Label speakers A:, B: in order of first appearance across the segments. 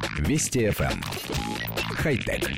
A: Вести ФМ. Хай-тек.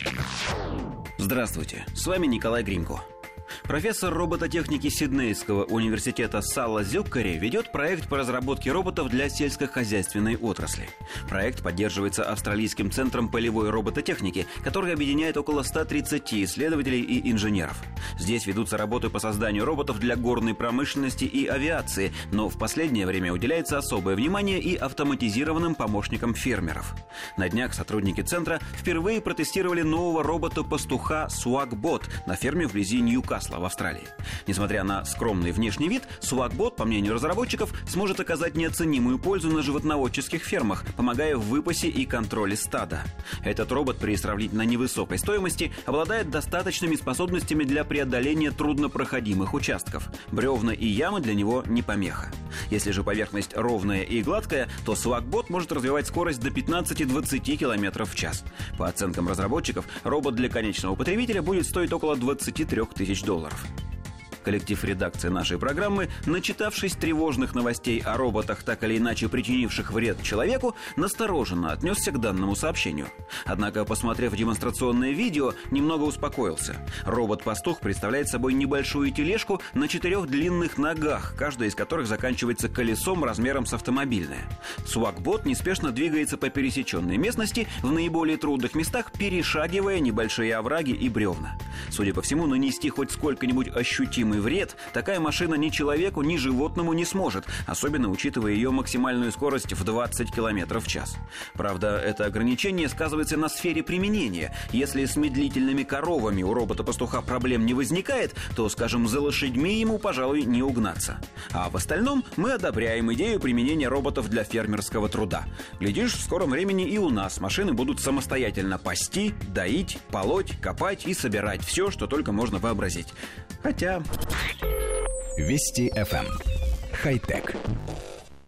B: Здравствуйте, с вами Николай Гринько. Профессор робототехники Сиднейского университета Сала Зюккари ведет проект по разработке роботов для сельскохозяйственной отрасли. Проект поддерживается Австралийским центром полевой робототехники, который объединяет около 130 исследователей и инженеров. Здесь ведутся работы по созданию роботов для горной промышленности и авиации, но в последнее время уделяется особое внимание и автоматизированным помощникам фермеров. На днях сотрудники центра впервые протестировали нового робота-пастуха SwagBot на ферме вблизи Ньюкасла в Австралии. Несмотря на скромный внешний вид, SwagBot, по мнению разработчиков, сможет оказать неоценимую пользу на животноводческих фермах, помогая в выпасе и контроле стада. Этот робот при сравнительно невысокой стоимости обладает достаточными способностями для преодоления труднопроходимых участков. Бревна и ямы для него не помеха. Если же поверхность ровная и гладкая, то SwagBot может развивать скорость до 15-20 км в час. По оценкам разработчиков, робот для конечного потребителя будет стоить около $23 тысяч. Коллектив редакции нашей программы, начитавшись тревожных новостей о роботах, так или иначе причинивших вред человеку, настороженно отнесся к данному сообщению. Однако, посмотрев демонстрационное видео, немного успокоился. Робот-пастух представляет собой небольшую тележку на 4 длинных ногах, каждая из которых заканчивается колесом размером с автомобильное. SwagBot неспешно двигается по пересеченной местности, в наиболее трудных местах перешагивая небольшие овраги и бревна. Судя по всему, нанести хоть сколько-нибудь ощутимый вред такая машина ни человеку, ни животному не сможет, особенно учитывая ее максимальную скорость в 20 км в час. Правда, это ограничение сказывается на сфере применения. Если с медлительными коровами у робота-пастуха проблем не возникает, то, скажем, за лошадьми ему, пожалуй, не угнаться. А в остальном мы одобряем идею применения роботов для фермерского труда. Глядишь, в скором времени и у нас машины будут самостоятельно пасти, доить, полоть, копать и собирать все, что только можно вообразить. Хотя...
A: Вести ФМ. Хай-тек.